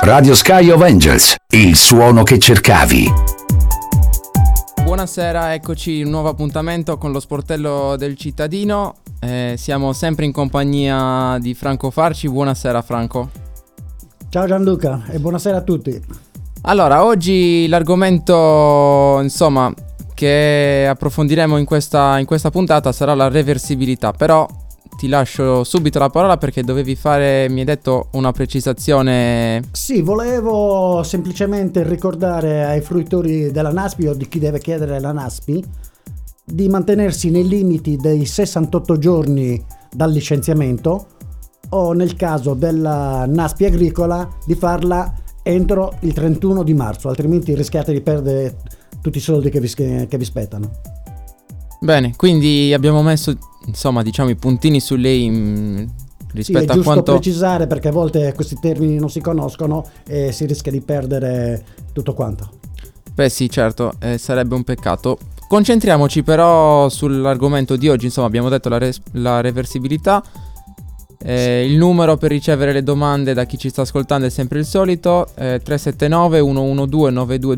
Radio Sky of Angels, il suono che cercavi. Buonasera, eccoci un nuovo appuntamento con lo sportello del cittadino. Siamo sempre in compagnia di Franco Farci. Buonasera Franco. Ciao Gianluca e buonasera a tutti. Allora, oggi l'argomento, insomma, che approfondiremo in questa puntata sarà la reversibilità, però ti lascio subito la parola perché dovevi fare, mi hai detto, una precisazione. Sì, volevo semplicemente ricordare ai fruitori della NASPI o di chi deve chiedere la NASPI di mantenersi nei limiti dei 68 giorni dal licenziamento o, nel caso della NASPI agricola, di farla entro il 31 di marzo, altrimenti rischiate di perdere tutti i soldi che vi spettano. Bene, quindi abbiamo messo, insomma, diciamo, i puntini su lei rispetto a quanto... Sì, è giusto precisare perché a volte questi termini non si conoscono e si rischia di perdere tutto quanto. Beh sì, certo, sarebbe un peccato. Concentriamoci però sull'argomento di oggi. Insomma, abbiamo detto la reversibilità. Il numero per ricevere le domande da chi ci sta ascoltando è sempre il solito, 379 112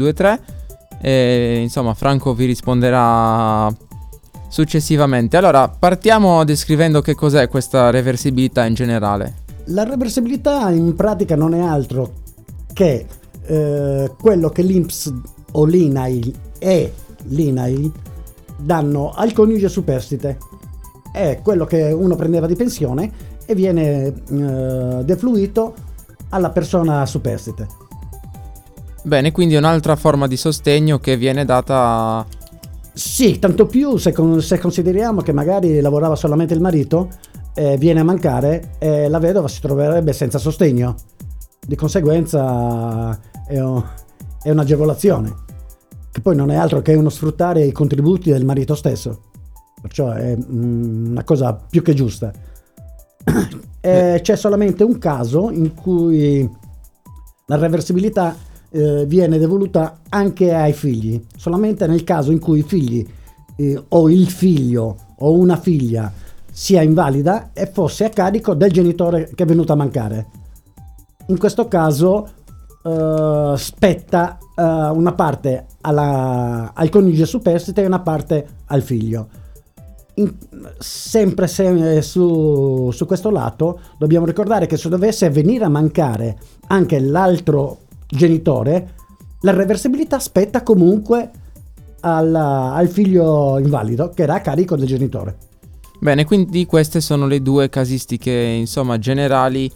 9223. Insomma, Franco vi risponderà successivamente. Allora, partiamo descrivendo che cos'è questa reversibilità in generale. La reversibilità in pratica non è altro che quello che l'INPS o l'INAIL e l'INAIL danno al coniuge superstite. È quello che uno prendeva di pensione e viene defluito alla persona superstite. Bene, quindi è un'altra forma di sostegno che viene data. Sì, tanto più se consideriamo che magari lavorava solamente il marito, viene a mancare e la vedova si troverebbe senza sostegno. Di conseguenza è un'agevolazione, che poi non è altro che uno sfruttare i contributi del marito stesso. Perciò è una cosa più che giusta. C'è solamente un caso in cui la reversibilità viene devoluta anche ai figli, solamente nel caso in cui i figli o il figlio o una figlia sia invalida e fosse a carico del genitore che è venuto a mancare. In questo caso spetta una parte al coniuge superstite e una parte al figlio. Sempre su questo lato dobbiamo ricordare che se dovesse venire a mancare anche l'altro genitore, la reversibilità spetta comunque al figlio invalido che era a carico del genitore. Bene, quindi queste sono le due casistiche, insomma, generali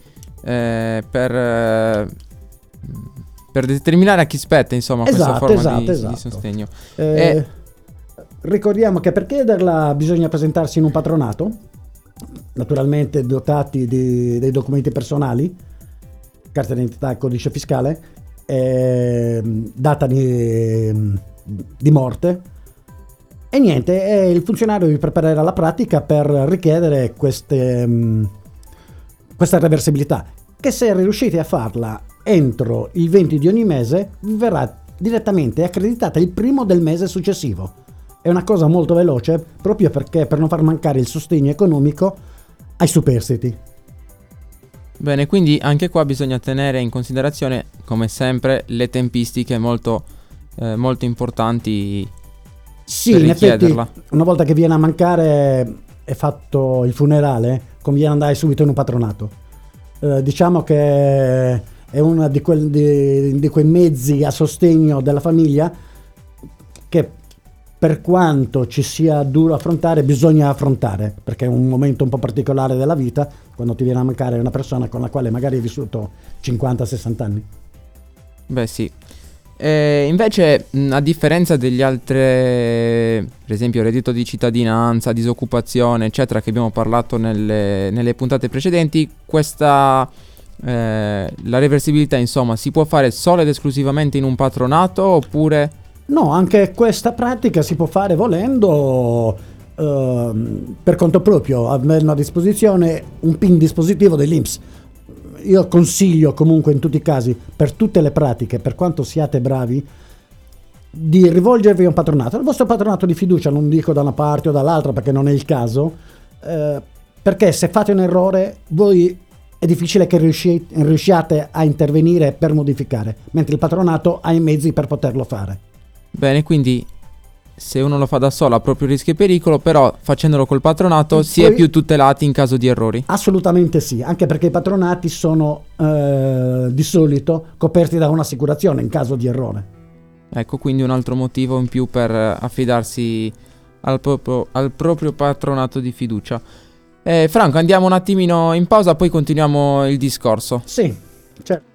per determinare a chi spetta, insomma, questa forma di sostegno. Ricordiamo che per chiederla bisogna presentarsi in un patronato, naturalmente dotati dei documenti personali, carta d'identità e codice fiscale, data di morte e niente, il funzionario vi preparerà la pratica per richiedere questa reversibilità, che se riuscite a farla entro il 20 di ogni mese vi verrà direttamente accreditata il primo del mese successivo. È una cosa molto veloce proprio perché per non far mancare il sostegno economico ai superstiti. Bene, quindi anche qua bisogna tenere in considerazione, come sempre, le tempistiche molto importanti. Sì, per in richiederla. Effetti, una volta che viene a mancare e fatto il funerale, conviene andare subito in un patronato. Diciamo che è uno di quei mezzi a sostegno della famiglia che, per quanto ci sia duro affrontare, bisogna affrontare, perché è un momento un po' particolare della vita, quando ti viene a mancare una persona con la quale magari hai vissuto 50-60 anni. Beh sì. Invece, a differenza degli altri, per esempio reddito di cittadinanza, disoccupazione, eccetera, che abbiamo parlato nelle puntate precedenti, la reversibilità, insomma, si può fare solo ed esclusivamente in un patronato oppure... No, anche questa pratica si può fare volendo per conto proprio, avendo a disposizione un PIN dispositivo dell'INPS. Io consiglio comunque in tutti i casi, per tutte le pratiche, per quanto siate bravi, di rivolgervi a un patronato. Il vostro patronato di fiducia, non dico da una parte o dall'altra perché non è il caso, perché se fate un errore voi è difficile che riusciate a intervenire per modificare, mentre il patronato ha i mezzi per poterlo fare. Bene, quindi se uno lo fa da solo ha proprio rischio e pericolo, però facendolo col patronato si è più tutelati in caso di errori. Assolutamente sì, anche perché i patronati sono di solito coperti da un'assicurazione in caso di errore. Ecco, quindi un altro motivo in più per affidarsi al proprio patronato di fiducia. Franco, andiamo un attimino in pausa, poi continuiamo il discorso. Sì, certo.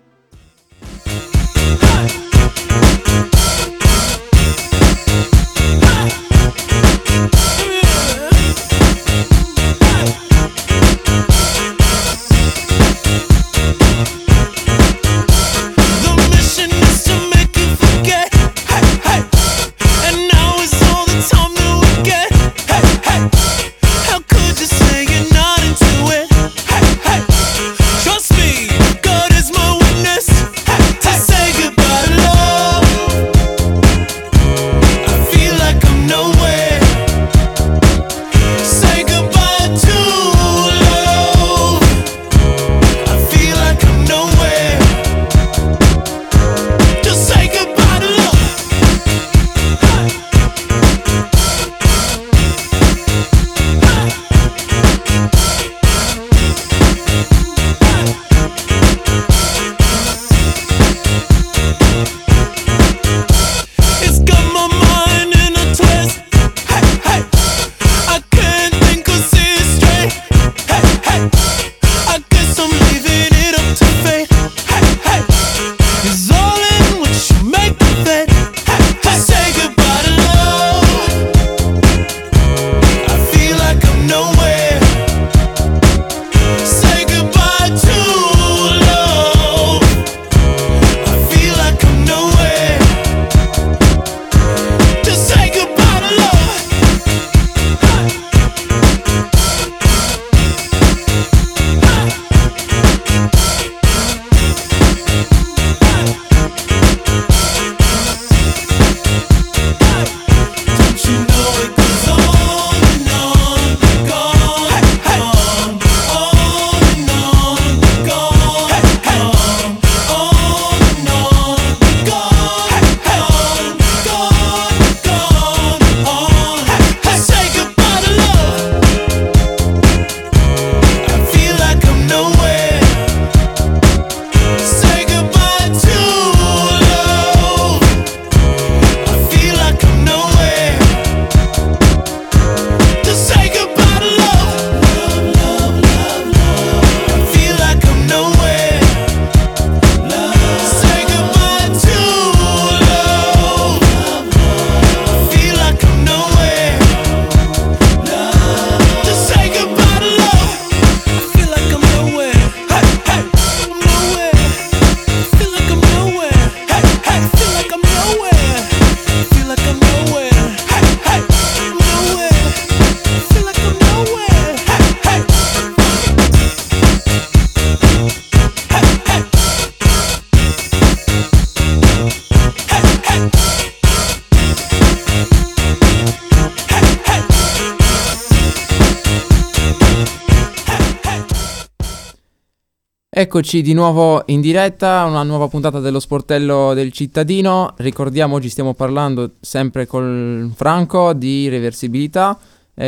Eccoci di nuovo in diretta, una nuova puntata dello Sportello del Cittadino. Ricordiamo, oggi stiamo parlando sempre con Franco di reversibilità,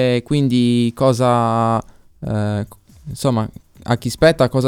quindi cosa, insomma, a chi spetta, cosa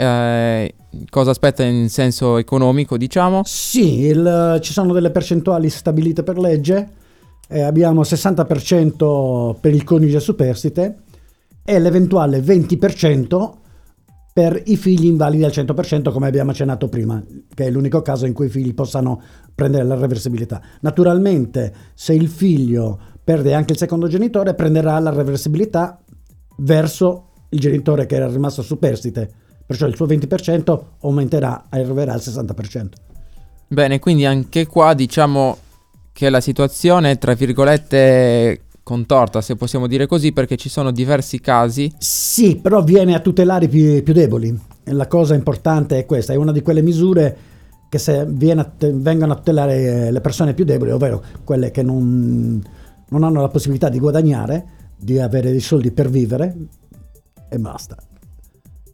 aspetta in senso economico, diciamo. Sì, ci sono delle percentuali stabilite per legge, abbiamo 60% per il coniuge superstite e l'eventuale 20% per i figli invalidi al 100%, come abbiamo accennato prima, che è l'unico caso in cui i figli possano prendere la reversibilità. Naturalmente, se il figlio perde anche il secondo genitore, prenderà la reversibilità verso il genitore che era rimasto superstite, perciò il suo 20% aumenterà e arriverà al 60%. Bene, quindi anche qua diciamo che la situazione è, tra virgolette, contorta, se possiamo dire così, perché ci sono diversi casi. Sì, però viene a tutelare i più deboli. E la cosa importante è questa, è una di quelle misure che se vengono a tutelare le persone più deboli, ovvero quelle che non hanno la possibilità di guadagnare, di avere dei soldi per vivere, e basta.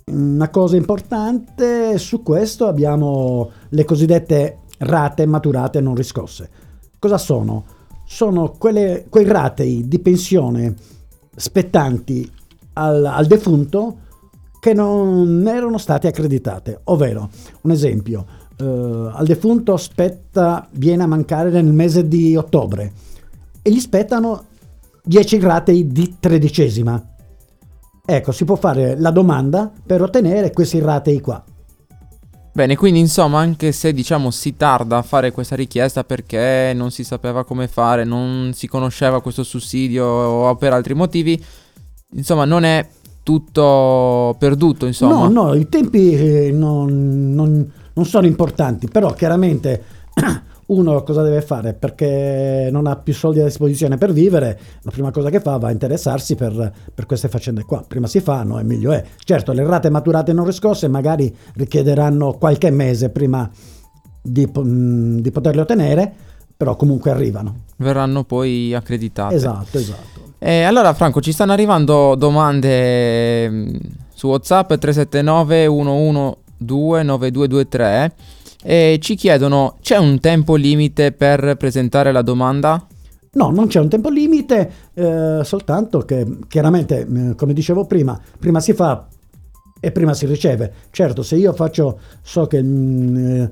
Una cosa importante su questo abbiamo le cosiddette rate maturate non riscosse. Cosa sono? Sono quei ratei di pensione spettanti al defunto che non erano state accreditate, ovvero, un esempio, al defunto viene a mancare nel mese di ottobre e gli spettano 10 ratei di tredicesima. Ecco, si può fare la domanda per ottenere questi ratei qua. Bene, quindi insomma, anche se diciamo si tarda a fare questa richiesta perché non si sapeva come fare, non si conosceva questo sussidio o per altri motivi, insomma non è tutto perduto, insomma. No, i tempi non sono importanti, però chiaramente uno cosa deve fare? Perché non ha più soldi a disposizione per vivere, la prima cosa che fa va a interessarsi per queste faccende qua. Prima si fanno e meglio è. Certo, le rate maturate non riscosse magari richiederanno qualche mese prima di poterle ottenere, però comunque arrivano. Verranno poi accreditate. Esatto. Allora Franco, ci stanno arrivando domande su WhatsApp 379 112 9223 e ci chiedono: c'è un tempo limite per presentare la domanda? No, non c'è un tempo limite, soltanto che chiaramente, come dicevo prima si fa e prima si riceve. Certo, se io so che il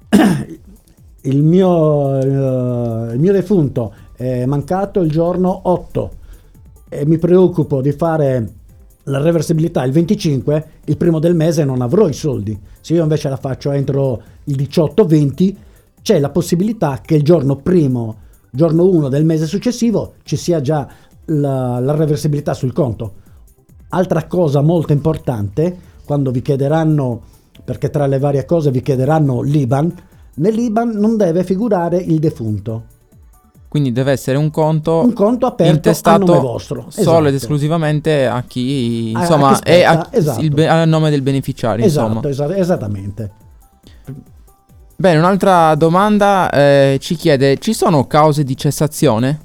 mio defunto è mancato il giorno 8 e mi preoccupo di fare la reversibilità il 25, il primo del mese non avrò i soldi. Se io invece la faccio entro il 18-20, c'è la possibilità che il giorno 1 del mese successivo ci sia già la reversibilità sul conto. Altra cosa molto importante, quando vi chiederanno, perché tra le varie cose vi chiederanno l'IBAN, nell'IBAN non deve figurare il defunto. Quindi deve essere un conto aperto intestato a nome vostro, solo ed esatto. esclusivamente a chi A insomma chi spetta, è esatto. a nome del beneficiario, insomma. Esattamente. Bene, un'altra domanda ci chiede: ci sono cause di cessazione?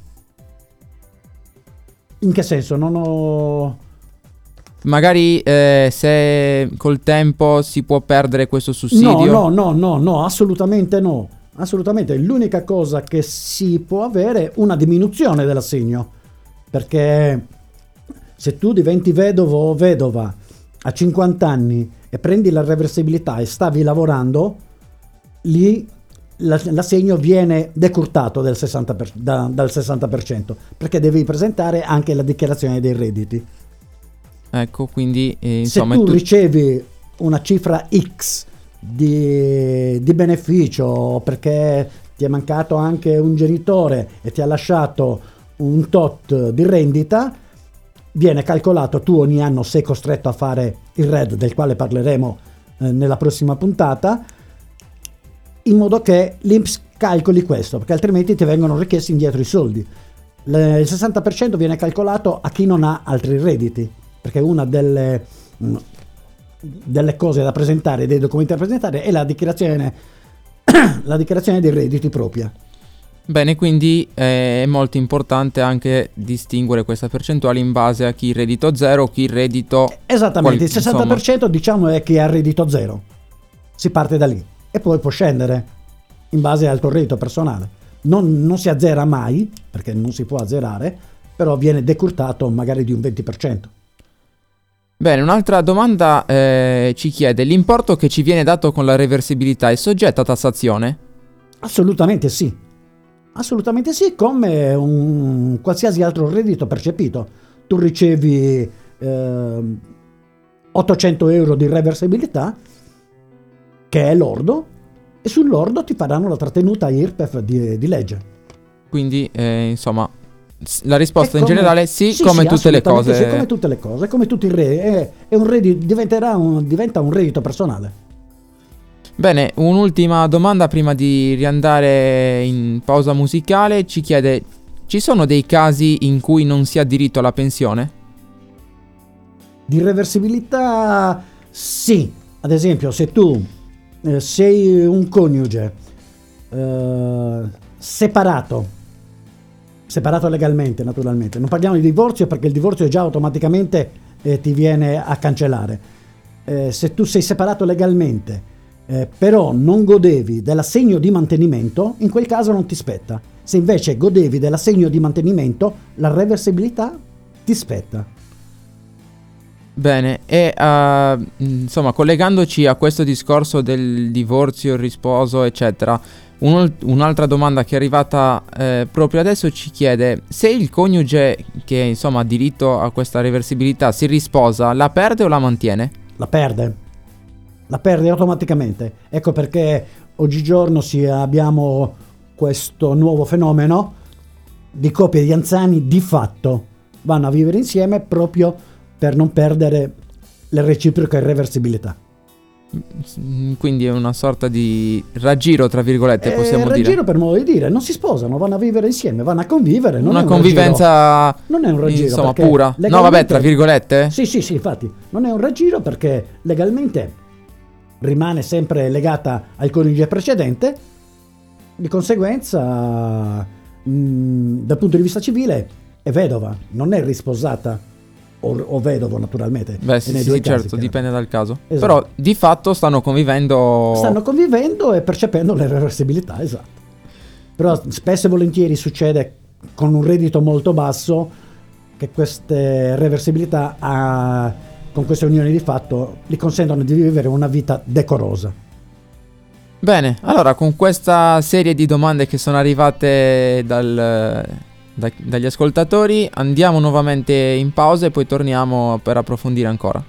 In che senso? Non ho... Magari se col tempo si può perdere questo sussidio? No, assolutamente no. Assolutamente, l'unica cosa che si può avere è una diminuzione dell'assegno, perché se tu diventi vedovo o vedova a 50 anni e prendi la reversibilità e stavi lavorando, lì l'assegno viene decurtato dal 60%, perché devi presentare anche la dichiarazione dei redditi. Ecco, quindi insomma... Se tu ricevi una cifra X di beneficio perché ti è mancato anche un genitore e ti ha lasciato un tot di rendita, viene calcolato, tu ogni anno sei costretto a fare il RED, del quale parleremo nella prossima puntata, in modo che l'INPS calcoli questo, perché altrimenti ti vengono richiesti indietro i soldi. Il 60% viene calcolato a chi non ha altri redditi, perché una delle cose da presentare, dei documenti da presentare, è la dichiarazione dei redditi propria. Bene, quindi è molto importante anche distinguere questa percentuale in base a chi reddito zero o chi reddito... Esattamente, il 60% diciamo è chi ha reddito zero. Si parte da lì e poi può scendere in base al tuo reddito personale. Non si azzera mai, perché non si può azzerare, però viene decurtato magari di un 20%. Bene, un'altra domanda ci chiede: l'importo che ci viene dato con la reversibilità è soggetto a tassazione? Assolutamente sì, come un qualsiasi altro reddito percepito. Tu ricevi 800 euro di reversibilità, che è lordo, e sul lordo ti faranno la trattenuta IRPEF di legge. Quindi insomma la risposta in generale sì, come tutte le cose. Sì, come tutte le cose, come tutti i redditi, è un reddito, diventa un reddito personale. Bene, un'ultima domanda prima di riandare in pausa musicale. Ci chiede: ci sono dei casi in cui non si ha diritto alla pensione? Di reversibilità sì. Ad esempio, se tu sei un coniuge separato legalmente, naturalmente, non parliamo di divorzio perché il divorzio già automaticamente ti viene a cancellare, se tu sei separato legalmente, però non godevi dell'assegno di mantenimento, in quel caso non ti spetta. Se invece godevi dell'assegno di mantenimento, la reversibilità ti spetta. Bene, e insomma, collegandoci a questo discorso del divorzio, il risposo, eccetera, un'altra domanda che è arrivata proprio adesso ci chiede: se il coniuge che insomma ha diritto a questa reversibilità si risposa, la perde o la mantiene? La perde automaticamente. Ecco perché oggigiorno abbiamo questo nuovo fenomeno di coppie di anziani di fatto vanno a vivere insieme proprio per non perdere le reciproche reversibilità. Quindi è una sorta di raggiro, tra virgolette, possiamo dire. Raggiro per modo di dire, non si sposano, vanno a vivere insieme, vanno a convivere. Non una è un convivenza raggiro. Non è un raggiro, insomma, perché pura. No, vabbè, tra virgolette. Sì, infatti, non è un raggiro perché legalmente rimane sempre legata al coniuge precedente, di conseguenza dal punto di vista civile è vedova, non è risposata. O vedovo, naturalmente. Beh, sì, nei sì, due sì, casi, certo, dipende dal caso. Esatto. Però di fatto stanno convivendo e percependo le reversibilità, esatto. Però spesso e volentieri succede con un reddito molto basso che queste reversibilità con queste unioni di fatto gli consentono di vivere una vita decorosa. Bene, allora con questa serie di domande che sono arrivate dagli ascoltatori andiamo nuovamente in pausa e poi torniamo per approfondire ancora.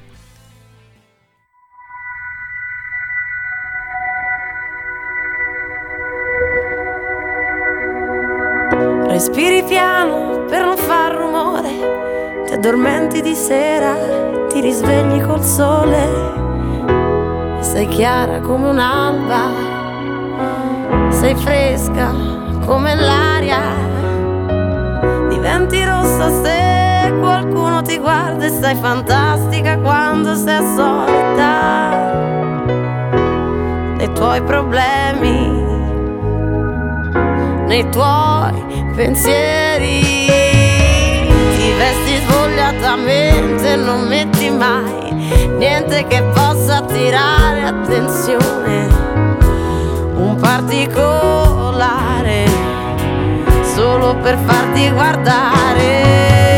Respiri piano per non far rumore, ti addormenti di sera, ti risvegli col sole, sei chiara come un'alba, sei fresca come l'aria. Diventi rossa se qualcuno ti guarda e sei fantastica quando sei assorta nei tuoi problemi, nei tuoi pensieri. Ti vesti svogliatamente, non metti mai niente che possa attirare attenzione, un particolare solo per farti guardare.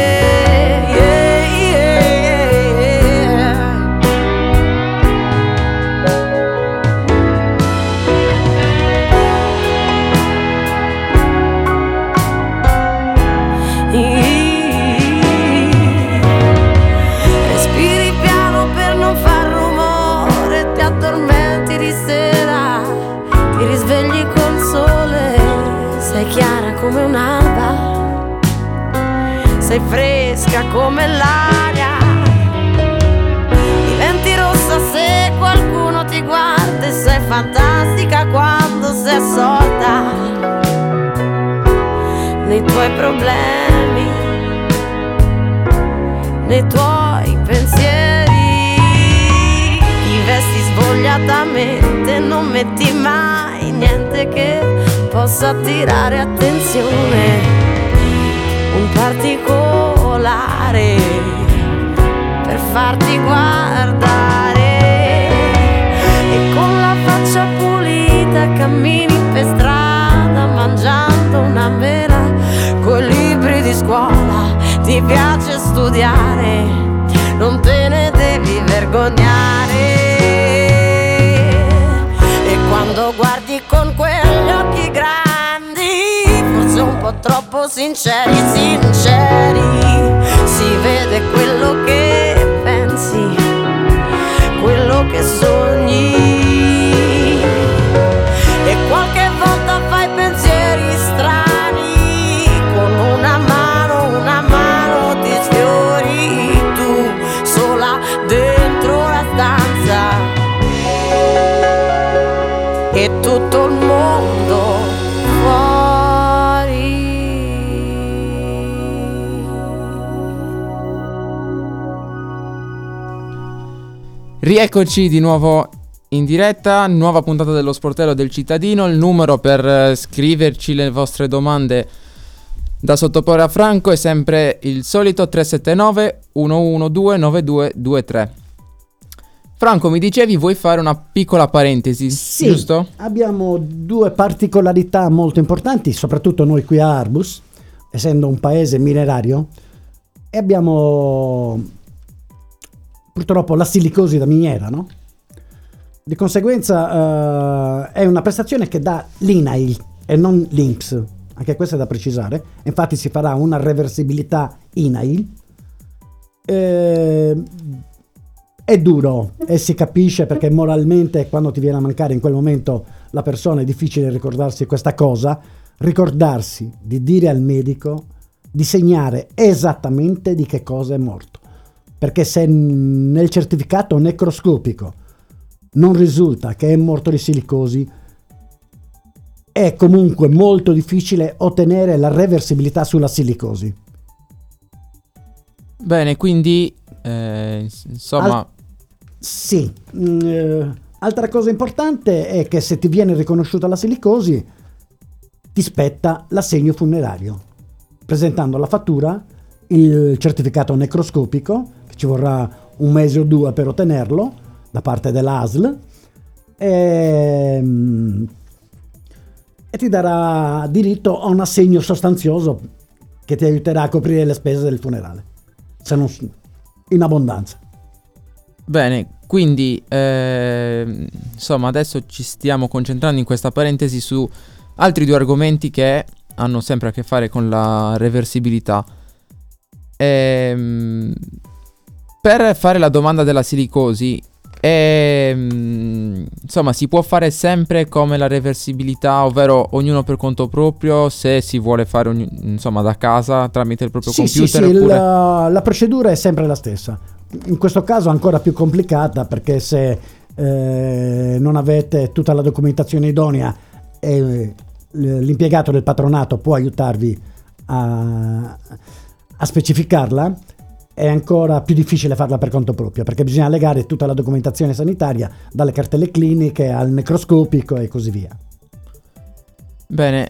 Respiri piano per non far rumore, ti addormenti di sera, ti risvegli col sole, sei chiara come un'alba, sei fresca come l'aria. Diventi rossa se qualcuno ti guarda e sei fantastica quando sei assorta nei tuoi problemi, nei tuoi pensieri. Ti vesti svogliatamente, non metti mai niente che possa attirare attenzione, un particolare per farti guardare. E con la faccia pulita cammini per strada mangiando una mela coi libri di scuola, ti piace studiare, non te ne devi vergognare. E quando guardi con quegli occhi grandi, forse un po' troppo sinceri, si vede quello che pensi, quello che sogni. E qualche volta fai pensieri strani, con una mano ti sfiori tu sola dentro la stanza e tutto il mondo fuori. Rieccoci di nuovo in diretta, nuova puntata dello Sportello del Cittadino. Il numero per scriverci le vostre domande da sottoporre a Franco è sempre il solito 379 112 9223. Franco, mi dicevi vuoi fare una piccola parentesi, Sì, giusto? abbiamo due particolarità molto importanti, soprattutto noi qui a Arbus, essendo un paese minerario, e abbiamo purtroppo la silicosi da miniera, no? Di conseguenza è una prestazione che dà l'INAIL e non l'INPS, anche questo è da precisare. Infatti si farà una reversibilità INAIL. È duro e si capisce, perché moralmente quando ti viene a mancare in quel momento la persona è difficile ricordarsi questa cosa, ricordarsi di dire al medico di segnare esattamente di che cosa è morto, perché se nel certificato necroscopico non risulta che è morto di silicosi, è comunque molto difficile ottenere la reversibilità sulla silicosi. Bene, quindi insomma... Sì, altra cosa importante è che se ti viene riconosciuta la silicosi ti spetta l'assegno funerario, presentando la fattura, il certificato necroscopico, che ci vorrà 1 mese o 2 per ottenerlo, da parte dell'ASL, e ti darà diritto a un assegno sostanzioso che ti aiuterà a coprire le spese del funerale, se non in abbondanza. Bene, quindi insomma adesso ci stiamo concentrando in questa parentesi su altri 2 argomenti che hanno sempre a che fare con la reversibilità. Per fare la domanda della silicosi, insomma si può fare sempre come la reversibilità, ovvero ognuno per conto proprio, se si vuole fare insomma da casa tramite il proprio computer. Sì, oppure... la procedura è sempre la stessa. In questo caso ancora più complicata, perché se non avete tutta la documentazione idonea, l'impiegato del patronato può aiutarvi a specificarla. È ancora più difficile farla per conto proprio, perché bisogna legare tutta la documentazione sanitaria, dalle cartelle cliniche al necroscopico e così via. Bene,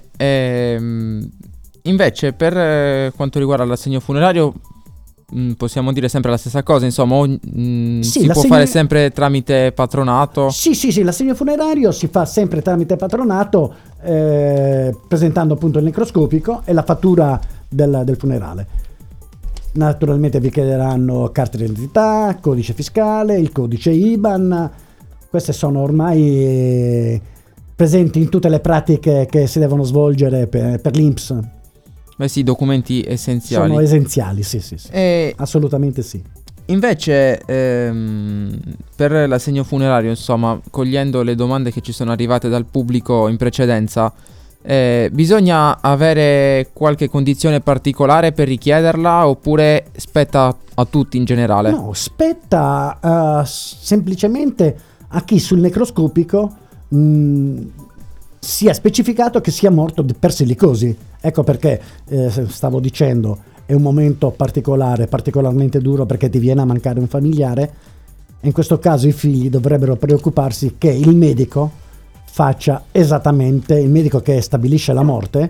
invece per quanto riguarda l'assegno funerario possiamo dire sempre la stessa cosa, insomma, si può fare sempre tramite patronato? Sì, l'assegno funerario si fa sempre tramite patronato, presentando appunto il necroscopico e la fattura del funerale. Naturalmente vi chiederanno carta d'identità, codice fiscale, il codice IBAN. Queste sono ormai presenti in tutte le pratiche che si devono svolgere per l'INPS. Beh sì, documenti essenziali. Sono essenziali, sì. Assolutamente sì. Invece per l'assegno funerario, insomma, cogliendo le domande che ci sono arrivate dal pubblico in precedenza, bisogna avere qualche condizione particolare per richiederla, oppure spetta a tutti in generale? No, spetta semplicemente a chi sul necroscopico sia specificato che sia morto per silicosi. Ecco perché stavo dicendo, è un momento particolarmente duro, perché ti viene a mancare un familiare, e in questo caso i figli dovrebbero preoccuparsi che il medico faccia esattamente, il medico che stabilisce la morte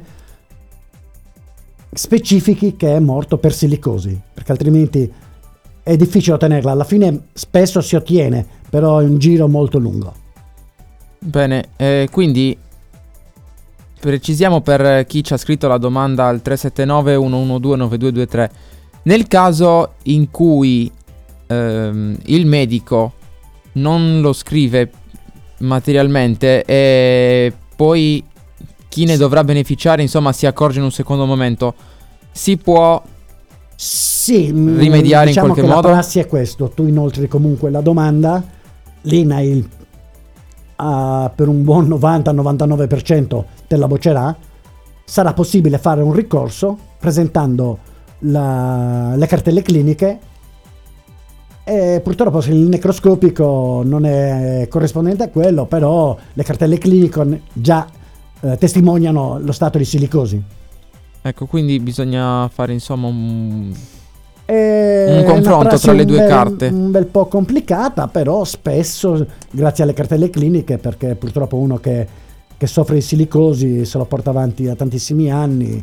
specifichi che è morto per silicosi, perché altrimenti è difficile ottenerla. Alla fine spesso si ottiene, però è un giro molto lungo. Bene, quindi precisiamo per chi ci ha scritto la domanda al 379 112 9223. Nel caso in cui il medico non lo scrive materialmente e poi chi ne dovrà beneficiare, insomma, si accorge in un secondo momento, si può rimediare in qualche modo? La prassi è questo: tu inoltri comunque la domanda, l'INAIL per un buon 90-99% te la boccerà. Sarà possibile fare un ricorso presentando le cartelle cliniche, e purtroppo se il necroscopico non è corrispondente a quello, però le cartelle cliniche già testimoniano lo stato di silicosi. Ecco, quindi bisogna fare insomma un confronto tra le due carte. Un bel po' complicata, però spesso grazie alle cartelle cliniche, perché purtroppo uno che soffre di silicosi se lo porta avanti da tantissimi anni,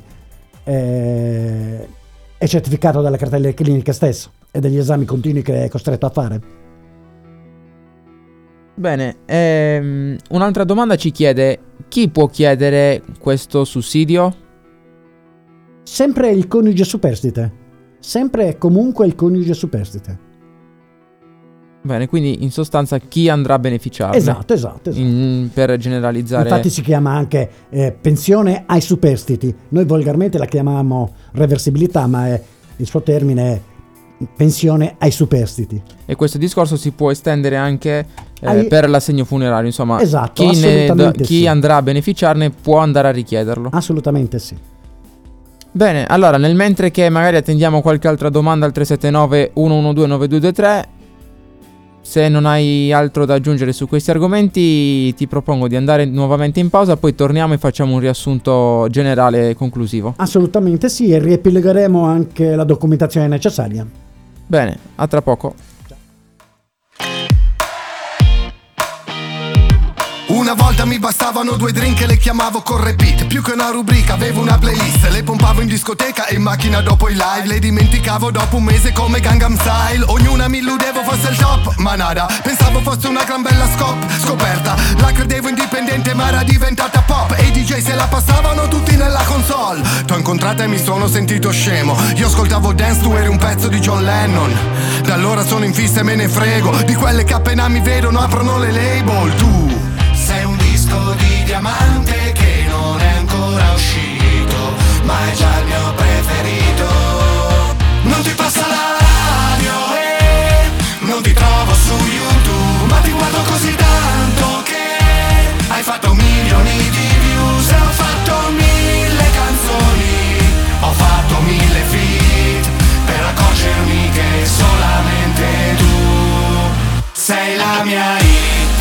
è certificato dalle cartelle cliniche stesso e degli esami continui che è costretto a fare. Bene, un'altra domanda ci chiede: chi può chiedere questo sussidio? Sempre il coniuge superstite. Sempre e comunque il coniuge superstite. Bene, quindi in sostanza chi andrà a beneficiarne? Esatto. Per generalizzare. Infatti si chiama anche pensione ai superstiti. Noi volgarmente la chiamiamo reversibilità, ma il suo termine è pensione ai superstiti. E questo discorso si può estendere anche per l'assegno funerario, insomma. Esatto, chi sì. andrà a beneficiarne può andare a richiederlo. Assolutamente sì. Bene, allora nel mentre che magari attendiamo qualche altra domanda al 379 112 9223, se non hai altro da aggiungere su questi argomenti ti propongo di andare nuovamente in pausa, poi torniamo e facciamo un riassunto generale e conclusivo. Assolutamente sì, e riepilogheremo anche la documentazione necessaria. Bene, a tra poco. Una volta mi bastavano 2 drink e le chiamavo con repeat. Più che una rubrica avevo una playlist. Le pompavo in discoteca e in macchina dopo i live. Le dimenticavo dopo un mese come Gangnam Style. Ognuna mi illudevo fosse il top, ma nada. Pensavo fosse una gran bella scoperta. La credevo indipendente ma era diventata pop. E i DJ se la passavano tutti nella console. T'ho incontrata e mi sono sentito scemo. Io ascoltavo dance, tu eri un pezzo di John Lennon. Da allora sono in fissa e me ne frego di quelle che appena mi vedono aprono le label. Tu sei un disco di diamante che non è ancora uscito, ma è già il mio preferito. Non ti passa la radio e non ti trovo su YouTube, ma ti guardo così tanto che hai fatto milioni di views e ho fatto 1000 canzoni, ho fatto 1000 feat per accorgermi che solamente tu sei la mia hit.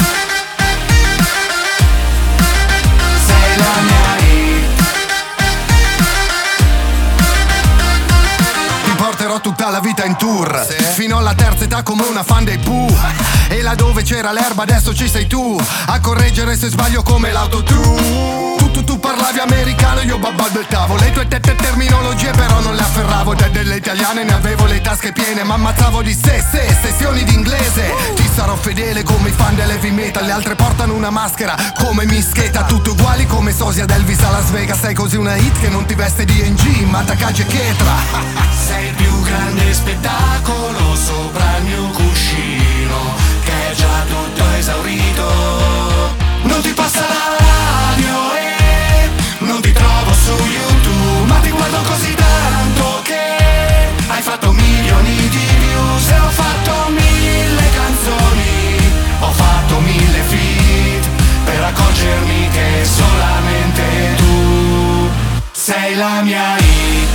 Tutta la vita in tour, sì. Fino alla terza età come una fan dei Pooh. E là dove c'era l'erba adesso ci sei tu a correggere se sbaglio come l'autotune. Tu parlavi americano, io balbettavo le tue terminologie però non le afferravo. Delle italiane ne avevo le tasche piene, ma ammazzavo di sessioni di inglese. Ti sarò fedele come i fan dell'heavy metal, le altre portano una maschera come Mischeta. Tutti uguali come Sosia ed Elvis a Las Vegas. Sei così una hit che non ti veste di NG, ma Takagi e Chetra. Sei il più grande spettacolo sopra il mio cuscino, che è già tutto esaurito. Non ti passa la radio e non ti trovo su YouTube, ma ti guardo così tanto che hai fatto milioni di views e ho fatto 1000 canzoni, ho fatto 1000 feat per accorgermi che solamente tu sei la mia hit.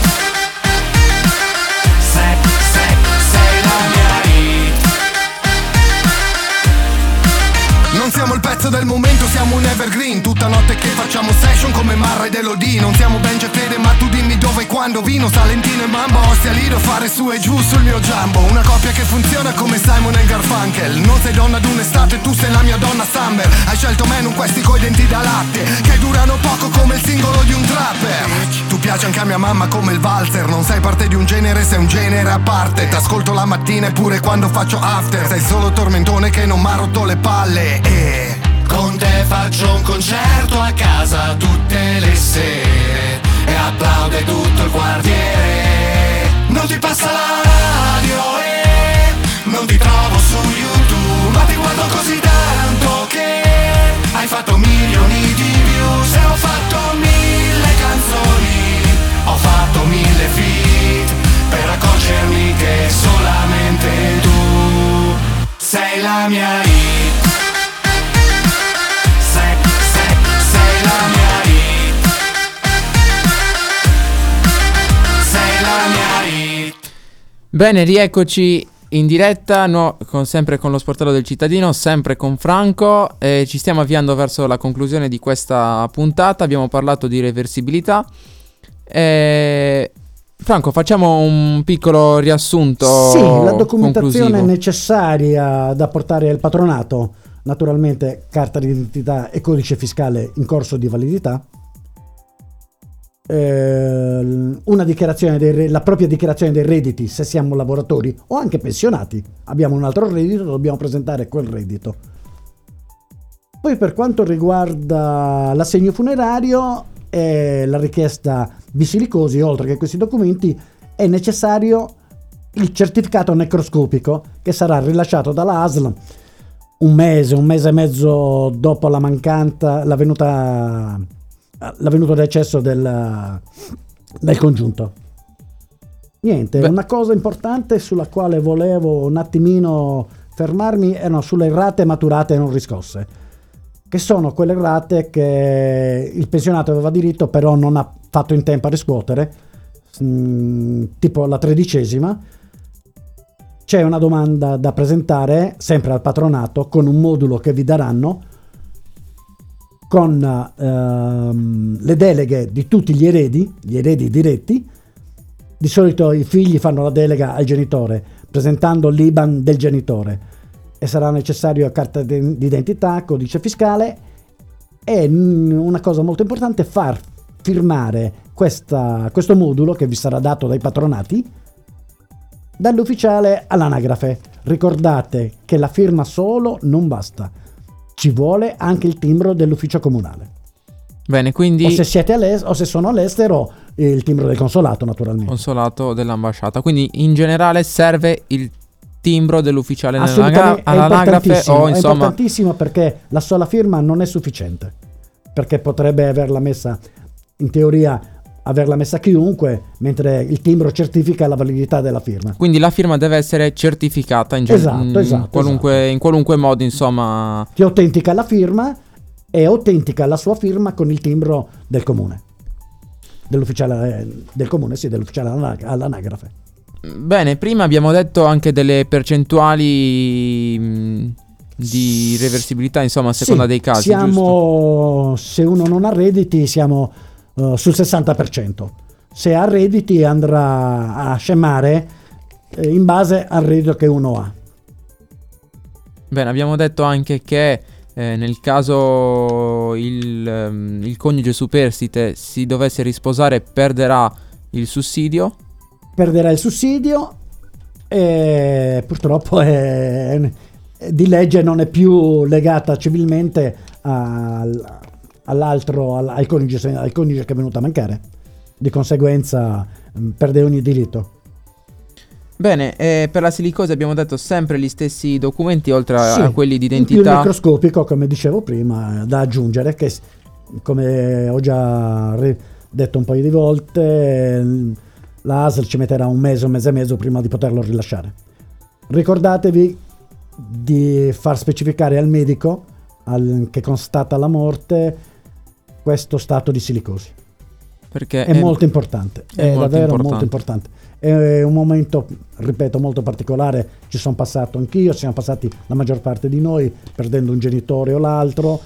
Sei la mia hit. Non siamo il pezzo del momento, siamo un evergreen. Tutta notte che facciamo session come Marra ed Elodie. Non siamo Benji e Fede, ma tu dimmi dove e quando. Vino, Salentino e Mambo, Ostia, Lido, fare su e giù sul mio Jumbo. Una coppia che funziona come Simon e Garfunkel. Non sei donna d'un'estate, tu sei la mia donna Summer. Hai scelto me, non questi coi denti da latte che durano poco come il singolo di un trapper. Tu piaci anche a mia mamma come il valzer. Non sei parte di un genere, sei un genere a parte. T'ascolto la mattina e pure quando faccio after. Sei solo tormentone che non m'ha rotto le palle. E con te faccio un concerto a casa tutte le sere e applaude tutto il quartiere. Non ti passa la radio e non ti trovo su YouTube, ma ti guardo così tanto che hai fatto milioni di views e ho fatto 1000 canzoni, ho fatto 1000 feat per accorgermi che solamente tu sei la mia hit. Sei la mia hit. Sei la mia hit. Bene, rieccoci in diretta, sempre con lo Sportello del Cittadino, sempre con Franco. Ci stiamo avviando verso la conclusione di questa puntata. Abbiamo parlato di reversibilità. Franco, facciamo un piccolo riassunto. Sì, la documentazione conclusivo necessaria da portare al patronato. Naturalmente carta d'identità e codice fiscale in corso di validità, una dichiarazione la propria dichiarazione dei redditi se siamo lavoratori o anche pensionati. Abbiamo un altro reddito, dobbiamo presentare quel reddito. Poi per quanto riguarda l'assegno funerario e la richiesta di silicosi, oltre che questi documenti, è necessario il certificato necroscopico che sarà rilasciato dalla ASL un mese e mezzo dopo l'avvenuto decesso del congiunto. Niente, una cosa importante sulla quale volevo un attimino fermarmi erano sulle rate maturate e non riscosse, che sono quelle rate che il pensionato aveva diritto però non ha fatto in tempo a riscuotere, tipo la 13ª. C'è una domanda da presentare sempre al patronato con un modulo che vi daranno con le deleghe di tutti gli eredi diretti. Di solito i figli fanno la delega al genitore presentando l'IBAN del genitore e sarà necessario carta d'identità, codice fiscale e una cosa molto importante, far firmare questo modulo che vi sarà dato dai patronati dall'ufficiale all'anagrafe. Ricordate che la firma solo non basta, ci vuole anche il timbro dell'ufficio comunale. Bene, quindi o se siete o se sono all'estero, il timbro del consolato naturalmente. Consolato dell'ambasciata. Quindi in generale serve il timbro dell'ufficiale all'anagrafe o insomma. È importantissimo perché la sola firma non è sufficiente, perché potrebbe averla messa, in teoria averla messa chiunque, mentre il timbro certifica la validità della firma. Quindi la firma deve essere certificata in qualunque modo, insomma. Ti autentica la firma e autentica la sua firma con il timbro del comune, dell'ufficiale del comune, sì, dell'ufficiale all'anagrafe. Bene, prima abbiamo detto anche delle percentuali di reversibilità, insomma, a seconda dei casi. Giusto? Se uno non ha redditi siamo sul 60%. Se ha redditi andrà a scemare in base al reddito che uno ha. Bene, abbiamo detto anche che nel caso il coniuge superstite si dovesse risposare perderà il sussidio. Perderà il sussidio e purtroppo di legge non è più legata civilmente al coniuge che è venuto a mancare. Di conseguenza perde ogni diritto. Bene, per la silicosi abbiamo detto sempre gli stessi documenti oltre a quelli di identità. In più il microscopico, come dicevo prima, da aggiungere, che come ho già detto un paio di volte, la ASL ci metterà un mese e mezzo prima di poterlo rilasciare. Ricordatevi di far specificare al medico che constata la morte questo stato di silicosi, perché è molto importante, è davvero molto importante. È un momento, ripeto, molto particolare. Ci sono passato anch'io, ci siamo passati la maggior parte di noi perdendo un genitore o l'altro.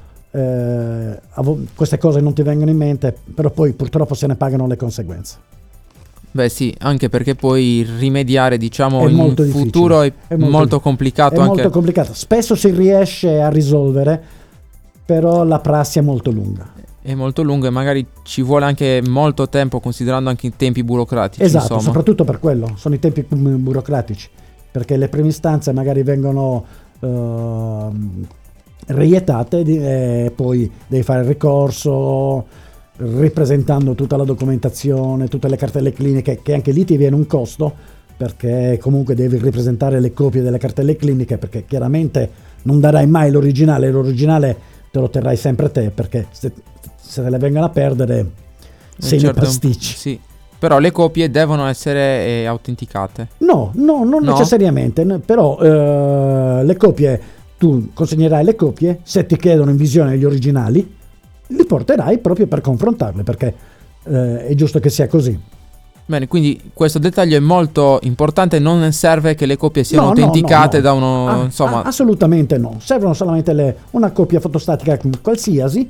Queste cose non ti vengono in mente, però poi purtroppo se ne pagano le conseguenze. Beh sì, anche perché poi rimediare, diciamo, è in molto futuro è molto complicato. Molto complicato. Spesso si riesce a risolvere, però la prassi è molto lunga. È molto lungo e magari ci vuole anche molto tempo, considerando anche i tempi burocratici. Esatto, insomma. Soprattutto per quello, sono i tempi burocratici, perché le prime istanze magari vengono reietate e poi devi fare il ricorso ripresentando tutta la documentazione, tutte le cartelle cliniche, che anche lì ti viene un costo, perché comunque devi ripresentare le copie delle cartelle cliniche, perché chiaramente non darai mai l'originale te lo terrai sempre te, perché se te le vengono a perdere sei nei pasticci. Sì, però le copie devono essere autenticate. No, non necessariamente, però le copie, tu consegnerai le copie, se ti chiedono in visione gli originali li porterai proprio per confrontarle, perché è giusto che sia così. Bene, quindi questo dettaglio è molto importante, non serve che le copie siano autenticate da uno... insomma... assolutamente no, servono solamente una copia fotostatica qualsiasi,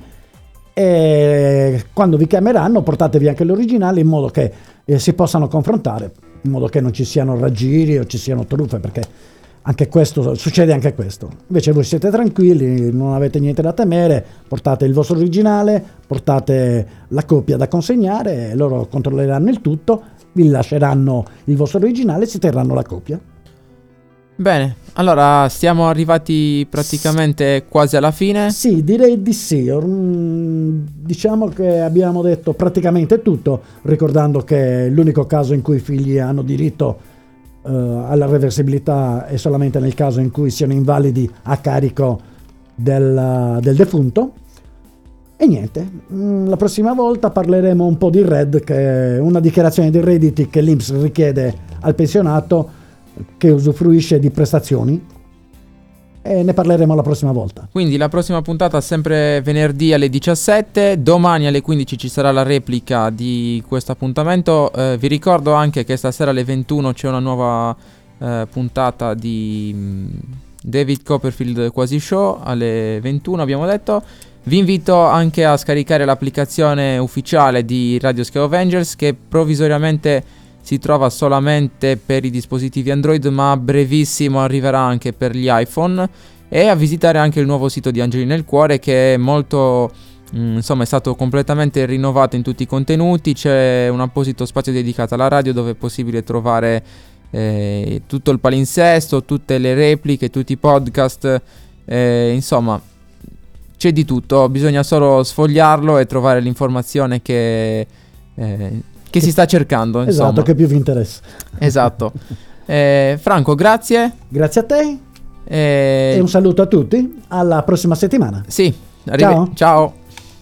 e quando vi chiameranno portatevi anche le originali in modo che si possano confrontare, in modo che non ci siano raggiri o ci siano truffe, perché anche questo succede. Invece voi siete tranquilli, non avete niente da temere, portate il vostro originale, portate la copia da consegnare, loro controlleranno il tutto, vi lasceranno il vostro originale e si terranno la copia. Bene, allora stiamo arrivati praticamente quasi alla fine. Sì, direi di sì. Diciamo che abbiamo detto praticamente tutto, ricordando che l'unico caso in cui i figli hanno diritto alla reversibilità è solamente nel caso in cui siano invalidi a carico del defunto. E niente, la prossima volta parleremo un po' di RED, che è una dichiarazione dei redditi che l'INPS richiede al pensionato che usufruisce di prestazioni, e ne parleremo la prossima volta. Quindi la prossima puntata sempre venerdì alle 17, domani alle 15 ci sarà la replica di questo appuntamento. Vi ricordo anche che stasera alle 21 c'è una nuova puntata di David Copperfield Quasi Show alle 21, abbiamo detto. Vi invito anche a scaricare l'applicazione ufficiale di Radio Scavengers, che provvisoriamente si trova solamente per i dispositivi Android, ma a brevissimo arriverà anche per gli iPhone, e a visitare anche il nuovo sito di Angeli nel Cuore, che è molto insomma è stato completamente rinnovato in tutti i contenuti. C'è un apposito spazio dedicato alla radio dove è possibile trovare tutto il palinsesto, tutte le repliche, tutti i podcast, insomma c'è di tutto, bisogna solo sfogliarlo e trovare l'informazione che si sta cercando, insomma. Esatto, che più vi interessa. Esatto. Franco, grazie. Grazie a te e un saluto a tutti. Alla prossima settimana. Sì, ciao. Ciao.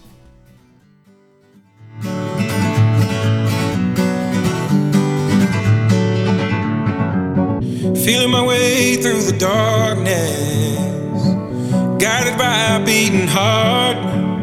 Feeling my way through the darkness, guided by a beating heart.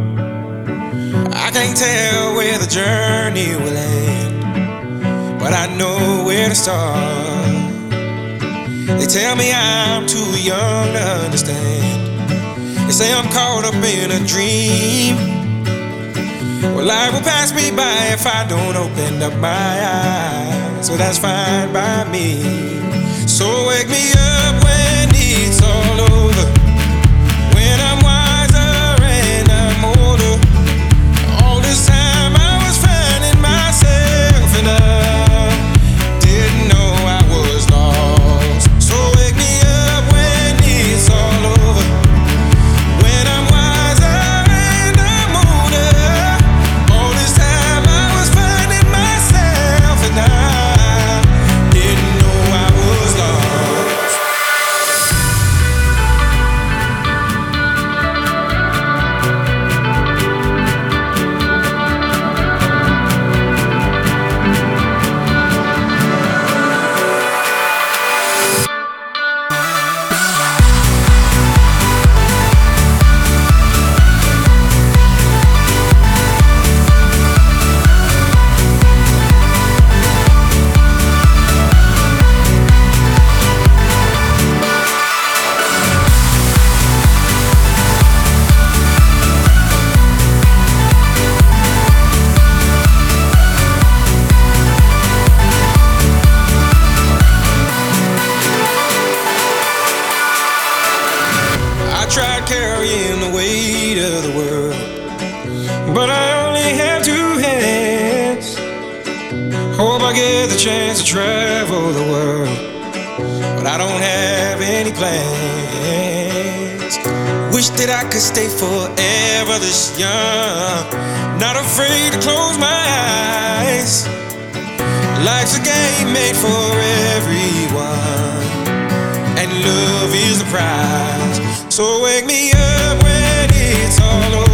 I can't tell where the journey will end, but I know where to start. They tell me I'm too young to understand. They say I'm caught up in a dream. Well, life will pass me by if I don't open up my eyes. So that's fine by me. So wake me up when it's all over, when I'm wiser and I'm older. All this time I was finding myself and I didn't know I was lost. So wake me up when it's all over, when I'm wiser and I'm older. All this time I was finding myself and I didn't know I was lost. I tried carrying the weight of the world, but I only have two hands. Hope I get the chance to travel the world, but I don't have any plans. Wish that I could stay forever this young, not afraid to close my eyes. Life's a game made for everyone, and love is the prize. So wake me up when it's all over.